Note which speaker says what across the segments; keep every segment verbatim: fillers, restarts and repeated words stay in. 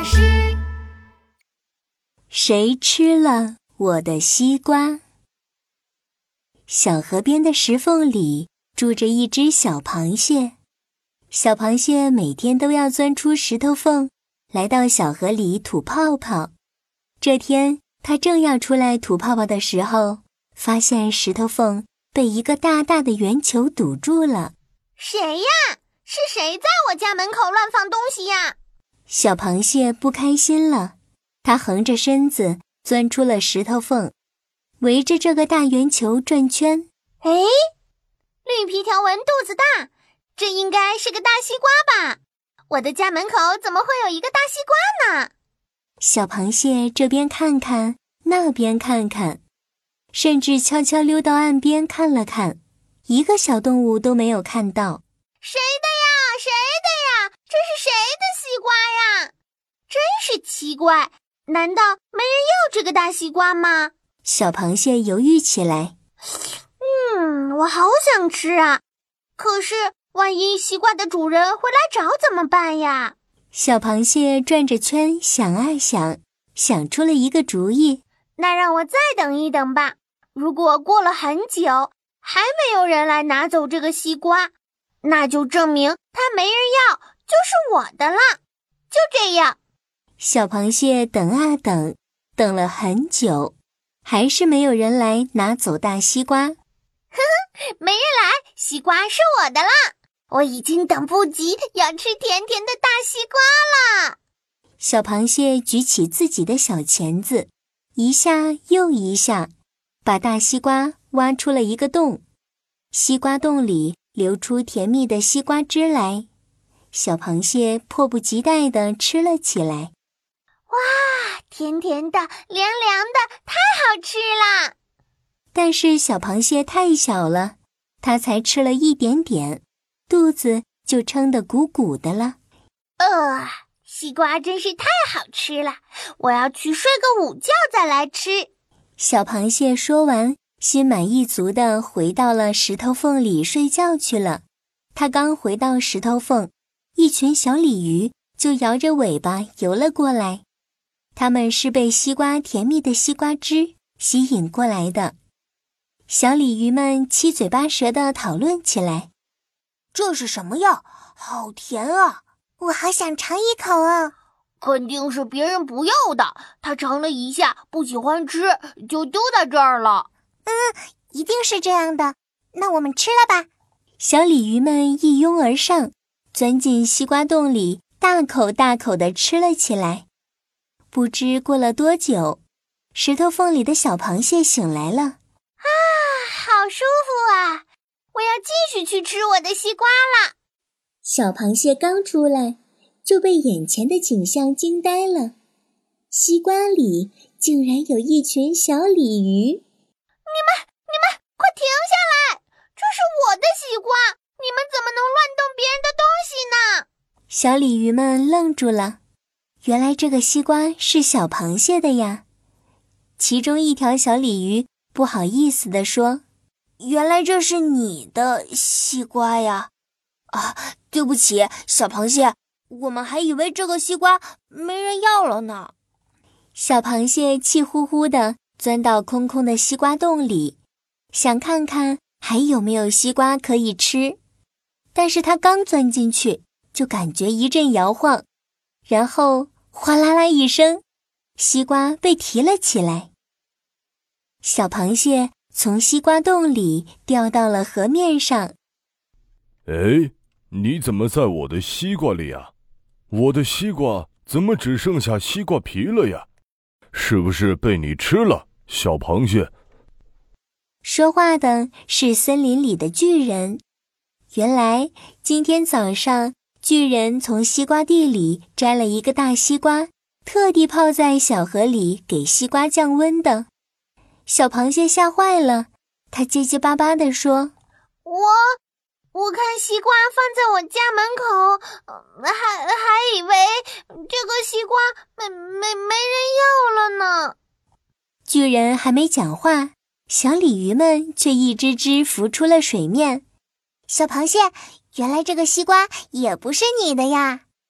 Speaker 1: 巴士。
Speaker 2: 谁吃了我的西瓜？小河边的石缝里住着一只小螃蟹。小螃蟹每天都要钻出石头缝，来到小河里吐泡泡。这天，它正要出来吐泡泡的时候，发现石头缝被一个大大的圆球堵住了。
Speaker 1: 谁呀？是谁在我家门口乱放东西呀？
Speaker 2: 小螃蟹不开心了，它横着身子钻出了石头缝，围着这个大圆球转圈。
Speaker 1: 哎，绿皮条纹肚子大，这应该是个大西瓜吧？我的家门口怎么会有一个大西瓜呢？
Speaker 2: 小螃蟹这边看看，那边看看，甚至悄悄溜到岸边看了看，一个小动物都没有看到。
Speaker 1: 谁的呀？谁的呀？这是谁的西瓜呀？真是奇怪，难道没人要这个大西瓜吗？
Speaker 2: 小螃蟹犹豫起来。
Speaker 1: 嗯，我好想吃啊！可是万一西瓜的主人回来找怎么办呀？
Speaker 2: 小螃蟹转着圈想啊想，想出了一个主意。
Speaker 1: 那让我再等一等吧。如果过了很久，还没有人来拿走这个西瓜，那就证明它没人要，就是我的了。就这样。
Speaker 2: 小螃蟹等啊等，等了很久，还是没有人来拿走大西瓜。
Speaker 1: 呵呵，没人来，西瓜是我的啦！我已经等不及要吃甜甜的大西瓜了。
Speaker 2: 小螃蟹举起自己的小钳子，一下又一下，把大西瓜挖出了一个洞。西瓜洞里流出甜蜜的西瓜汁来，小螃蟹迫不及待地吃了起来。
Speaker 1: 哇，甜甜的，凉凉的，太好吃了！
Speaker 2: 但是小螃蟹太小了，它才吃了一点点，肚子就撑得鼓鼓的了。
Speaker 1: 呃，西瓜真是太好吃了，我要去睡个午觉再来吃。
Speaker 2: 小螃蟹说完，心满意足地回到了石头缝里睡觉去了。它刚回到石头缝，一群小鲤鱼就摇着尾巴游了过来。它们是被西瓜甜蜜的西瓜汁吸引过来的。小鲤鱼们七嘴八舌地讨论起来。
Speaker 3: 这是什么呀？好甜啊！
Speaker 4: 我好想尝一口啊！
Speaker 1: 肯定是别人不要的，他尝了一下，不喜欢吃，就丢在这儿了。
Speaker 4: 嗯，一定是这样的。那我们吃了吧。
Speaker 2: 小鲤鱼们一拥而上，钻进西瓜洞里，大口大口地吃了起来。不知过了多久，石头缝里的小螃蟹醒来了。
Speaker 1: 啊，好舒服啊！我要继续去吃我的西瓜了。
Speaker 2: 小螃蟹刚出来，就被眼前的景象惊呆了。西瓜里竟然有一群小鲤鱼。
Speaker 1: 你们，你们，快停下来！这是我的西瓜，你们怎么能乱动别人的东西呢？
Speaker 2: 小鲤鱼们愣住了。原来这个西瓜是小螃蟹的呀。其中一条小鲤鱼不好意思地说：
Speaker 3: 原来这是你的西瓜呀！啊，对不起，小螃蟹，我们还以为这个西瓜没人要了呢。
Speaker 2: 小螃蟹气呼呼地钻到空空的西瓜洞里，想看看还有没有西瓜可以吃。但是它刚钻进去，就感觉一阵摇晃，然后哗啦啦一声，西瓜被提了起来。小螃蟹从西瓜洞里掉到了河面上。
Speaker 5: 哎，你怎么在我的西瓜里呀？我的西瓜怎么只剩下西瓜皮了呀？是不是被你吃了，小螃蟹？
Speaker 2: 说话的是森林里的巨人。原来今天早上，巨人从西瓜地里摘了一个大西瓜，特地泡在小河里给西瓜降温的。小螃蟹吓坏了，它结结巴巴地说：
Speaker 1: 我我看西瓜放在我家门口，还还以为这个西瓜没没没人要了呢。
Speaker 2: 巨人还没讲话，小鲤鱼们却一只只浮出了水面。
Speaker 4: 小螃蟹，原来这个西瓜也不是你的呀。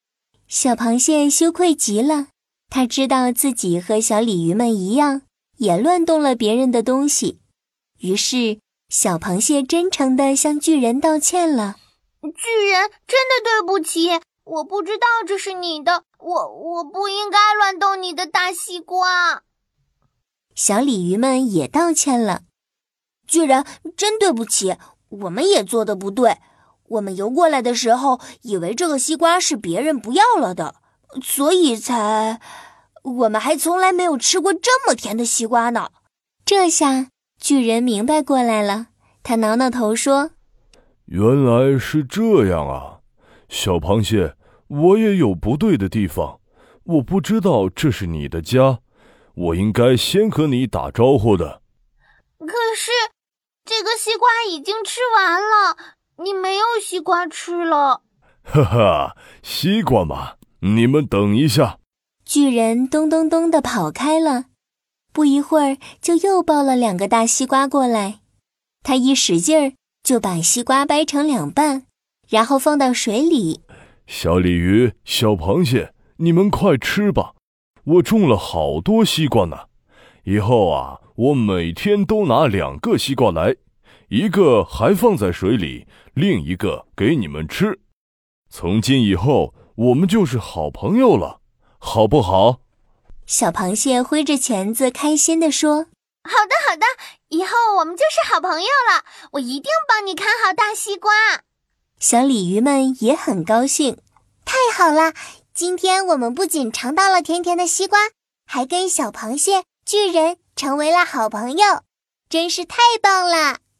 Speaker 2: 小螃蟹羞愧极了，他知道自己和小鲤鱼们一样，也乱动了别人的东西。于是，小螃蟹真诚地向巨人道歉了。
Speaker 1: 巨人，真的对不起，我不知道这是你的，我我不应该乱动你的大西瓜。
Speaker 2: 小鲤鱼们也道歉了。
Speaker 3: 巨人，真对不起，我们也做得不对。我们游过来的时候，以为这个西瓜是别人不要了的，所以才……我们还从来没有吃过这么甜的西瓜呢。
Speaker 2: 这下，巨人明白过来了，他挠挠头说：
Speaker 5: 原来是这样啊，小螃蟹，我也有不对的地方，我不知道这是你的家，我应该先和你打招呼的。
Speaker 1: 可是，这个西瓜已经吃完了，你没有西瓜吃了。
Speaker 5: 哈哈，西瓜嘛，你们等一下。
Speaker 2: 巨人咚咚咚地跑开了，不一会儿就又抱了两个大西瓜过来。他一使劲儿，就把西瓜掰成两半，然后放到水里。
Speaker 5: 小鲤鱼、小螃蟹，你们快吃吧，我种了好多西瓜呢。以后啊，我每天都拿两个西瓜来，一个还放在水里，另一个给你们吃。从今以后，我们就是好朋友了，好不好？
Speaker 2: 小螃蟹挥着钳子开心地说：
Speaker 1: 好的好的，以后我们就是好朋友了，我一定帮你看好大西瓜。
Speaker 2: 小鲤鱼们也很高兴。
Speaker 4: 太好了，今天我们不仅尝到了甜甜的西瓜，还跟小螃蟹、巨人成为了好朋友，真是太棒了。